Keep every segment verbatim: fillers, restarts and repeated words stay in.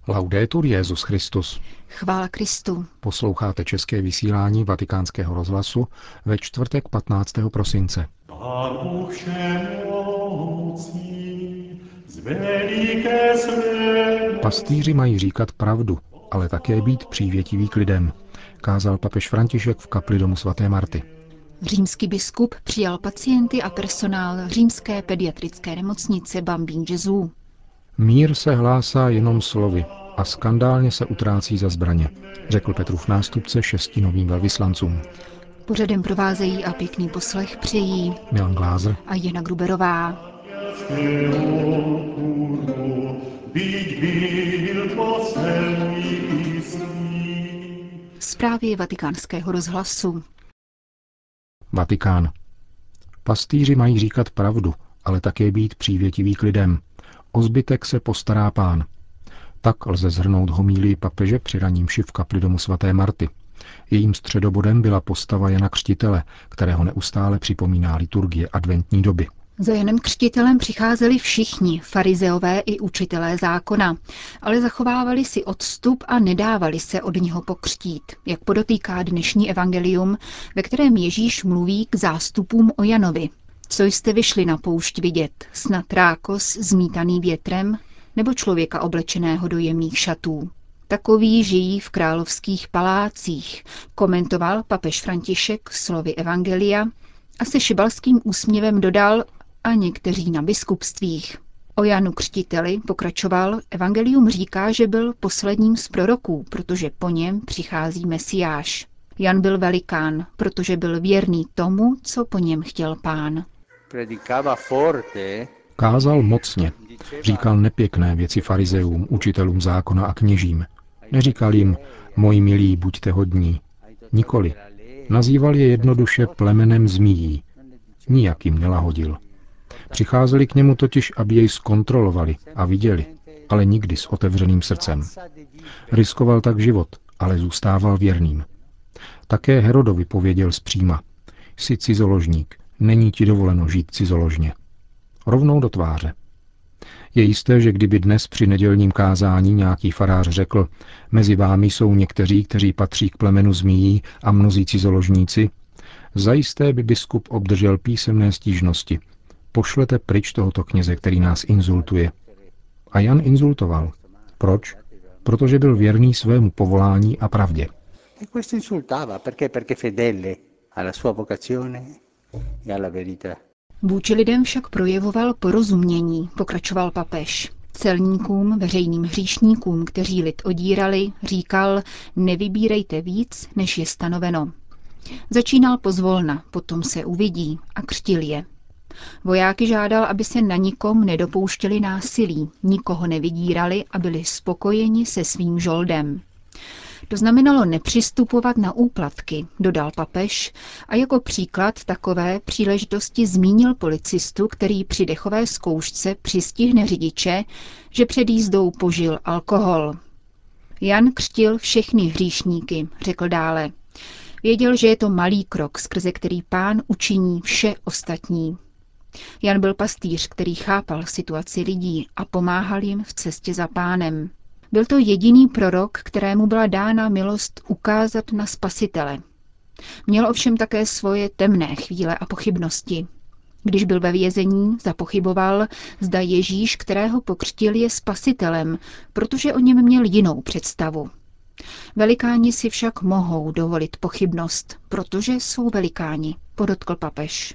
Laudetur Jesus Christus. Chvála Kristu. Posloucháte české vysílání Vatikánského rozhlasu ve čtvrtek patnáctého prosince. Pastýři mají říkat pravdu, ale také být přívětiví k lidem, kázal papež František v kapli domu svaté Marty. Římský biskup přijal pacienty a personál římské pediatrické nemocnice Bambín Gesù. Mír se hlásá jenom slovy a skandálně se utrácí za zbraně, řekl Petrův nástupce šesti novým velvyslancům. Pořadem provázejí a pěkný poslech přejí Milan Glázer a Jana Gruberová. Zprávy Vatikánského rozhlasu. Vatikán. Pastýři mají říkat pravdu, ale také být přívětiví k lidem. O zbytek se postará Pán. Tak lze shrnout homílii papeže při raním mši v kapli domu svaté Marty. Jejím středobodem byla postava Jana Křtitele, kterého neustále připomíná liturgie adventní doby. Za Janem Křtitelem přicházeli všichni, farizeové i učitelé zákona, ale zachovávali si odstup a nedávali se od něho pokřtít, jak podotýká dnešní evangelium, ve kterém Ježíš mluví k zástupům o Janovi. Co jste vyšli na poušť vidět, snad rákos zmítaný větrem, nebo člověka oblečeného do jemných šatů? Takoví žijí v královských palácích, komentoval papež František slovy evangelia a se šibalským úsměvem dodal a někteří na biskupstvích. O Janu Křtiteli, pokračoval, evangelium říká, že byl posledním z proroků, protože po něm přichází Mesiáš. Jan byl velikán, protože byl věrný tomu, co po něm chtěl Pán. Kázal mocně, říkal nepěkné věci farizeům, učitelům zákona a kněžím. Neříkal jim, moji milí, buďte hodní. Nikoli. Nazýval je jednoduše plemenem zmíjí. Nijak jim nelahodil. Přicházeli k němu totiž, aby jej zkontrolovali a viděli, ale nikdy s otevřeným srdcem. Riskoval tak život, ale zůstával věrným. Také Herodovi pověděl zpříma. Jsi cizoložník, není ti dovoleno žít cizoložně. Rovnou do tváře. Je jisté, že kdyby dnes při nedělním kázání nějaký farář řekl, mezi vámi jsou někteří, kteří patří k plemenu zmíjí a mnozí cizoložníci, zajisté by biskup obdržel písemné stížnosti. Pošlete pryč tohoto kněze, který nás insultuje. A Jan insultoval. Proč? Protože byl věrný svému povolání a pravdě. Vůči lidem však projevoval porozumění, pokračoval papež. Celníkům, veřejným hříšníkům, kteří lid odírali, říkal, nevybírejte víc, než je stanoveno. Začínal pozvolna, potom se uvidí a křtil je. Vojáky žádal, aby se na nikom nedopouštěli násilí, nikoho nevydírali a byli spokojeni se svým žoldem. To znamenalo nepřistupovat na úplatky, dodal papež a jako příklad takové příležitosti zmínil policistu, který při dechové zkoušce přistihne řidiče, že před jízdou požil alkohol. Jan křtil všechny hříšníky, řekl dále. Věděl, že je to malý krok, skrze který Pán učiní vše ostatní. Jan byl pastýř, který chápal situaci lidí a pomáhal jim v cestě za Pánem. Byl to jediný prorok, kterému byla dána milost ukázat na Spasitele. Měl ovšem také svoje temné chvíle a pochybnosti. Když byl ve vězení, zapochyboval, zda Ježíš, kterého pokřtil, je Spasitelem, protože o něm měl jinou představu. Velikáni si však mohou dovolit pochybnost, protože jsou velikáni, podotkl papež.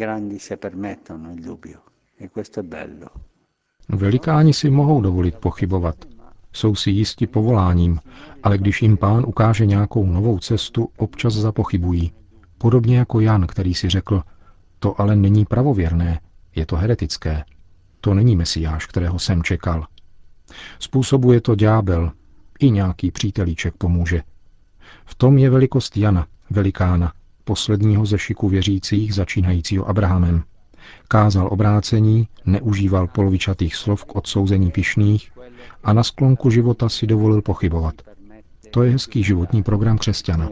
Velikáni si mohou dovolit pochybovat. Jsou si jisti povoláním, ale když jim Pán ukáže nějakou novou cestu, občas zapochybují. Podobně jako Jan, který si řekl, to ale není pravověrné, je to heretické. To není Mesiáš, kterého jsem čekal. Způsobuje to ďábel, i nějaký přítelíček pomůže. V tom je velikost Jana, velikána, posledního ze šiku věřících, začínajícího Abrahamem. Kázal obrácení, neužíval polovičatých slov k odsouzení pyšných a na sklonku života si dovolil pochybovat. To je hezký životní program křesťana.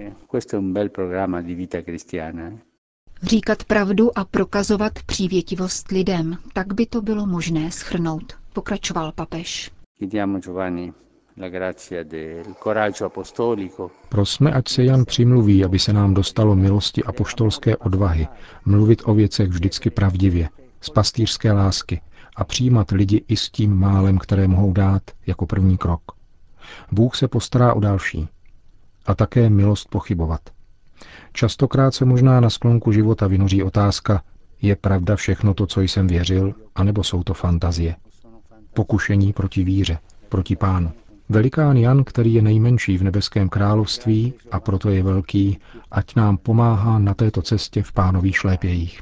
Říkat pravdu a prokazovat přívětivost lidem, tak by to bylo možné shrnout, pokračoval papež. Chiediamo Giovanni Prosme, ať se Jan přimluví, aby se nám dostalo milosti apoštolské odvahy, mluvit o věcech vždycky pravdivě, z pastýřské lásky a přijímat lidi i s tím málem, které mohou dát jako první krok. Bůh se postará o další. A také milost pochybovat. Častokrát se možná na sklonku života vynoří otázka, je pravda všechno to, co jsem věřil, anebo jsou to fantazie. Pokušení proti víře, proti Pánu. Velikán Jan, který je nejmenší v nebeském království a proto je velký, ať nám pomáhá na této cestě v Pánových šlépějích.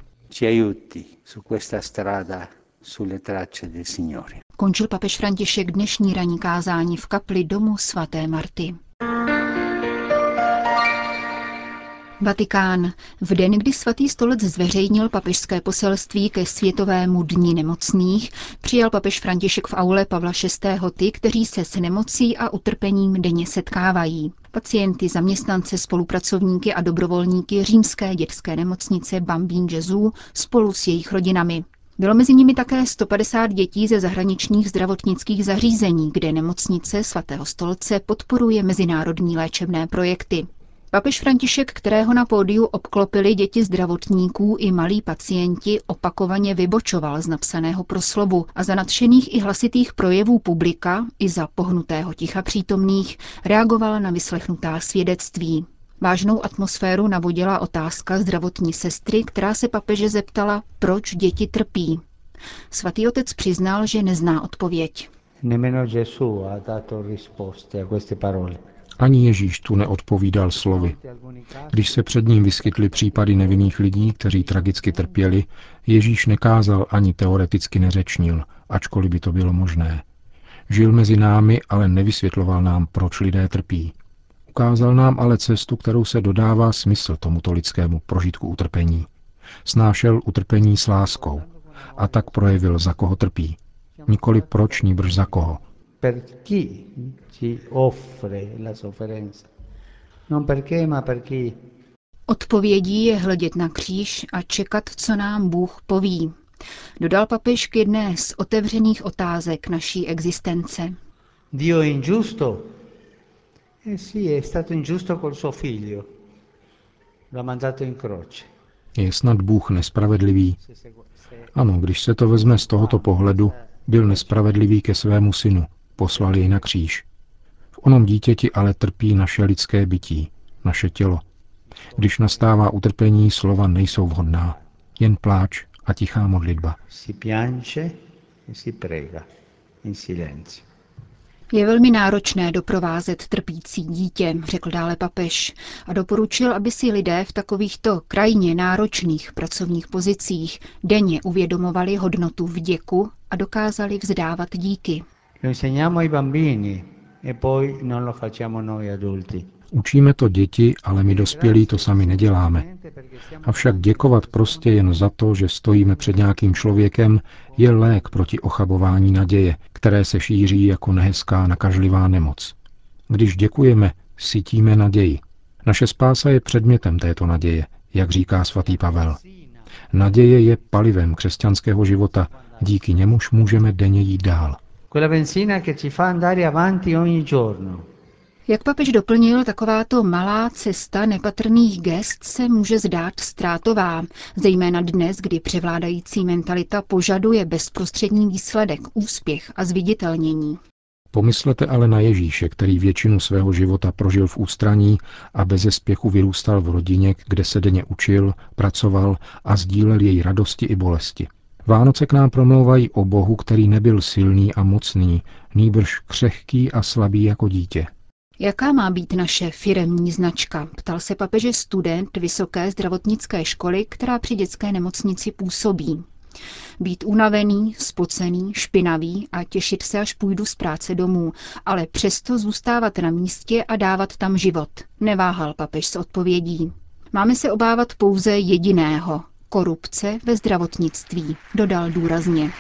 Končil papež František dnešní ranní kázání v kapli domu svaté Marty. Vatikán. V den, kdy svatý stolec zveřejnil papežské poselství ke Světovému dni nemocných, přijal papež František v aule Pavla šestého ty, kteří se s nemocí a utrpením denně setkávají. Pacienty, zaměstnance, spolupracovníky a dobrovolníky římské dětské nemocnice Bambín Gesù spolu s jejich rodinami. Bylo mezi nimi také sto padesát dětí ze zahraničních zdravotnických zařízení, kde nemocnice svatého stolce podporuje mezinárodní léčebné projekty. Papež František, kterého na pódiu obklopili děti zdravotníků i malí pacienti, opakovaně vybočoval z napsaného proslovu a za nadšených i hlasitých projevů publika i za pohnutého ticha přítomných reagoval na vyslechnutá svědectví. Vážnou atmosféru navodila otázka zdravotní sestry, která se papeže zeptala, proč děti trpí. Svatý otec přiznal, že nezná odpověď. Ani Ježíš tu neodpovídal slovy. Když se před ním vyskytly případy nevinných lidí, kteří tragicky trpěli, Ježíš nekázal ani teoreticky neřečnil, ačkoliv by to bylo možné. Žil mezi námi, ale nevysvětloval nám, proč lidé trpí. Ukázal nám ale cestu, kterou se dodává smysl tomuto lidskému prožitku utrpení. Snášel utrpení s láskou a tak projevil, za koho trpí. Nikoli proč, nýbrž za koho. Odpovědí je hledět na kříž a čekat, co nám Bůh poví. Dodal papež k jedné z otevřených otázek naší existence. Dio è ingiusto? Eh sì, è stato ingiusto col suo figlio. L'ha mandato in croce. Je snad Bůh nespravedlivý? Ano, když se to vezme z tohoto pohledu, byl nespravedlivý ke svému synu, poslal jej na kříž. V onom dítěti ale trpí naše lidské bytí, naše tělo. Když nastává utrpení, slova nejsou vhodná, jen pláč a tichá modlitba. Si piange e si prega in silenzio. Je velmi náročné doprovázet trpící dítě, řekl dále papež, a doporučil, aby si lidé v takovýchto krajně náročných pracovních pozicích denně uvědomovali hodnotu vděku a dokázali vzdávat díky. Lo insegniamo ai bambini e poi non lo facciamo noi adulti. Učíme to děti, ale my dospělí to sami neděláme. Avšak děkovat prostě jen za to, že stojíme před nějakým člověkem, je lék proti ochabování naděje, které se šíří jako nehezká nakažlivá nemoc. Když děkujeme, sytíme naději. Naše spása je předmětem této naděje, jak říká svatý Pavel. Naděje je palivem křesťanského života, díky němuž můžeme denně jít dál. Quella benzina che ci fa andare avanti ogni giorno. Jak papež doplnil, takováto malá cesta nepatrných gest se může zdát ztrátová, zejména dnes, kdy převládající mentalita požaduje bezprostřední výsledek, úspěch a zviditelnění. Pomyslete ale na Ježíše, který většinu svého života prožil v ústraní a beze spěchu vyrůstal v rodině, kde se denně učil, pracoval a sdílel její radosti i bolesti. Vánoce k nám promlouvají o Bohu, který nebyl silný a mocný, nýbrž křehký a slabý jako dítě. Jaká má být naše firemní značka? Ptal se papeže student Vysoké zdravotnické školy, která při dětské nemocnici působí. Být unavený, spocený, špinavý a těšit se, až půjdu z práce domů, ale přesto zůstávat na místě a dávat tam život. Neváhal papež s odpovědí. Máme se obávat pouze jediného. Korupce ve zdravotnictví, dodal důrazně.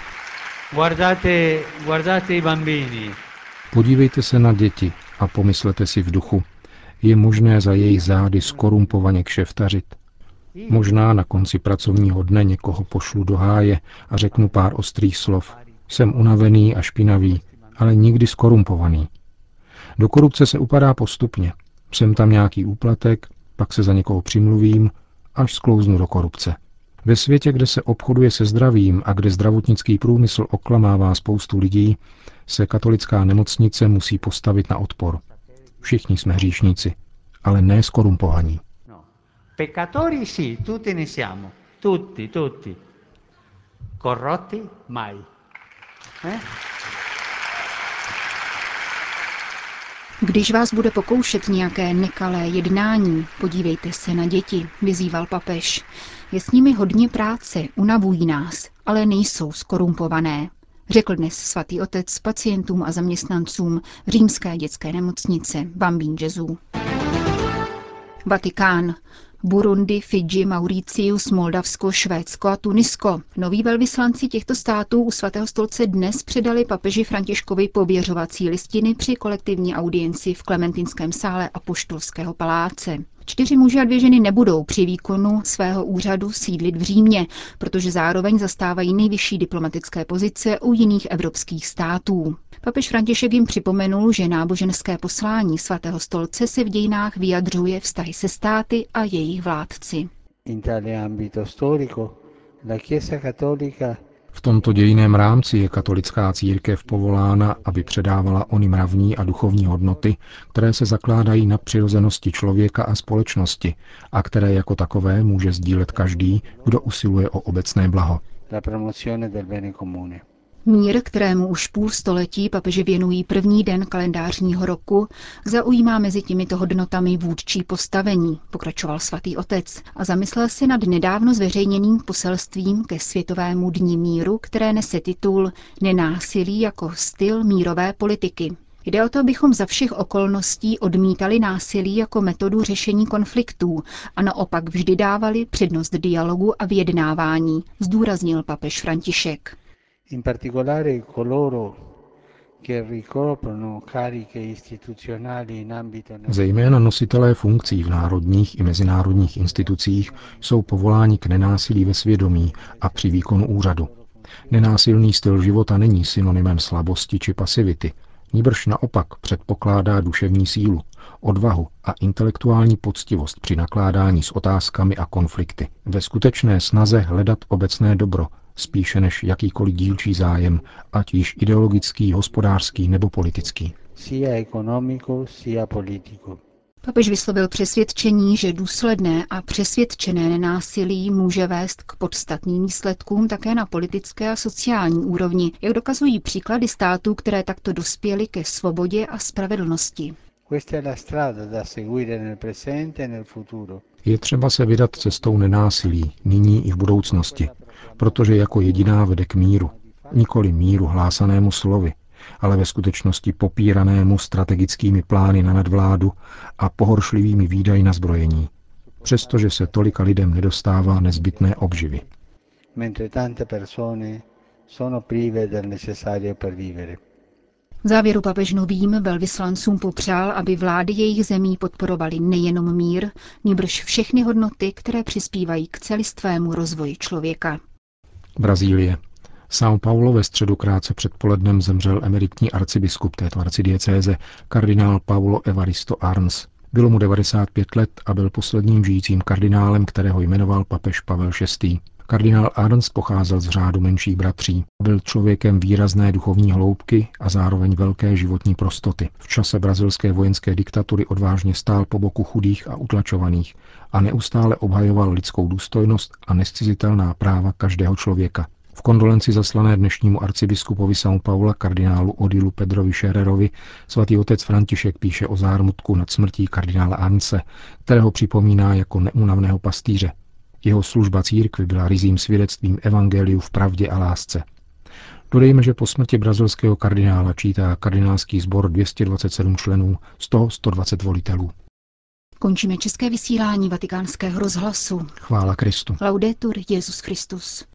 Guardate, guardate i bambini. Podívejte se na děti a pomyslete si v duchu, je možné za jejich zády skorumpovaně kšeftařit. Možná na konci pracovního dne někoho pošlu do háje a řeknu pár ostrých slov. Jsem unavený a špinavý, ale nikdy skorumpovaný. Do korupce se upadá postupně. Jsem tam nějaký úplatek, pak se za někoho přimluvím, až sklouznu do korupce. Ve světě, kde se obchoduje se zdravím a kde zdravotnický průmysl oklamává spoustu lidí, se katolická nemocnice musí postavit na odpor. Všichni jsme hříšníci, ale ne skorumpovaní. Peccatori sì, tutti ne siamo. Tutti, tutti. Corrotti mai. Eh? Když vás bude pokoušet nějaké nekalé jednání, podívejte se na děti, vyzýval papež. Je s nimi hodně práce, unavují nás, ale nejsou skorumpované, řekl dnes svatý otec pacientům a zaměstnancům římské dětské nemocnice Bambín Gesù. Vatikán. Burundi, Fidži, Mauricius, Moldavsko, Švédsko a Tunisko. Noví velvyslanci těchto států u svatého stolce dnes předali papeži Františkovi pověřovací listiny při kolektivní audienci v Klementinském sále Apoštolského paláce. Čtyři muži a dvě ženy nebudou při výkonu svého úřadu sídlit v Římě, protože zároveň zastávají nejvyšší diplomatické pozice u jiných evropských států. Papež František jim připomenul, že náboženské poslání svatého stolce se v dějinách vyjadřuje vztahy se státy a jejich vládci. V tomto dějinném rámci je katolická církev povolána, aby předávala ony mravní a duchovní hodnoty, které se zakládají na přirozenosti člověka a společnosti a které jako takové může sdílet každý, kdo usiluje o obecné blaho. Mír, kterému už půl století papeži věnují první den kalendářního roku, zaujímá mezi těmito hodnotami vůdčí postavení, pokračoval svatý otec a zamyslel se nad nedávno zveřejněným poselstvím ke Světovému dni míru, které nese titul Nenásilí jako styl mírové politiky. Jde o to, abychom za všech okolností odmítali násilí jako metodu řešení konfliktů a naopak vždy dávali přednost dialogu a vyjednávání, zdůraznil papež František. In particolare coloro che ricoprono cariche istituzionali in ambito. Zejména nositelé funkcí v národních i mezinárodních institucích jsou povoláni k nenásilí ve svědomí a při výkonu úřadu. Nenásilný styl života není synonymem slabosti či pasivity, nýbrž naopak předpokládá duševní sílu, odvahu a intelektuální poctivost při nakládání s otázkami a konflikty. Ve skutečné snaze hledat obecné dobro, spíše než jakýkoliv dílčí zájem, ať již ideologický, hospodářský nebo politický. Papež vyslovil přesvědčení, že důsledné a přesvědčené nenásilí může vést k podstatným výsledkům také na politické a sociální úrovni, jak dokazují příklady států, které takto dospěly ke svobodě a spravedlnosti. Je třeba se vydat cestou nenásilí, nyní i v budoucnosti, protože jako jediná vede k míru, nikoli míru hlásanému slovy, ale ve skutečnosti popíranému strategickými plány na nadvládu a pohoršlivými výdaji na zbrojení, přestože se tolika lidem nedostává nezbytné obživy. V závěru papež novým velvyslancům popřál, aby vlády jejich zemí podporovaly nejenom mír, nýbrž všechny hodnoty, které přispívají k celistvému rozvoji člověka. Brazílie. São Paulo ve středu krátce před polednem zemřel emeritní arcibiskup této arcidiecéze, kardinál Paulo Evaristo Arns. Bylo mu devadesát pět let a byl posledním žijícím kardinálem, kterého jmenoval papež Pavel šestý. Kardinál Arns pocházel z řádu menších bratří. Byl člověkem výrazné duchovní hloubky a zároveň velké životní prostoty. V čase brazilské vojenské diktatury odvážně stál po boku chudých a utlačovaných a neustále obhajoval lidskou důstojnost a nezcizitelná práva každého člověka. V kondolenci zaslané dnešnímu arcibiskupovi São Paula kardinálu Odilu Pedrovi Schererovi svatý otec František píše o zármutku nad smrtí kardinála Arnse, kterého připomíná jako neúnavného pastýře. Jeho služba církvi byla ryzím svědectvím evangeliu v pravdě a lásce. Dodejme, že po smrti brazilského kardinála čítá kardinálský sbor dvě stě dvacet sedm členů, z toho sto dvacet volitelů. Končíme české vysílání Vatikánského rozhlasu. Chvála Kristu. Laudetur Jesus Christus.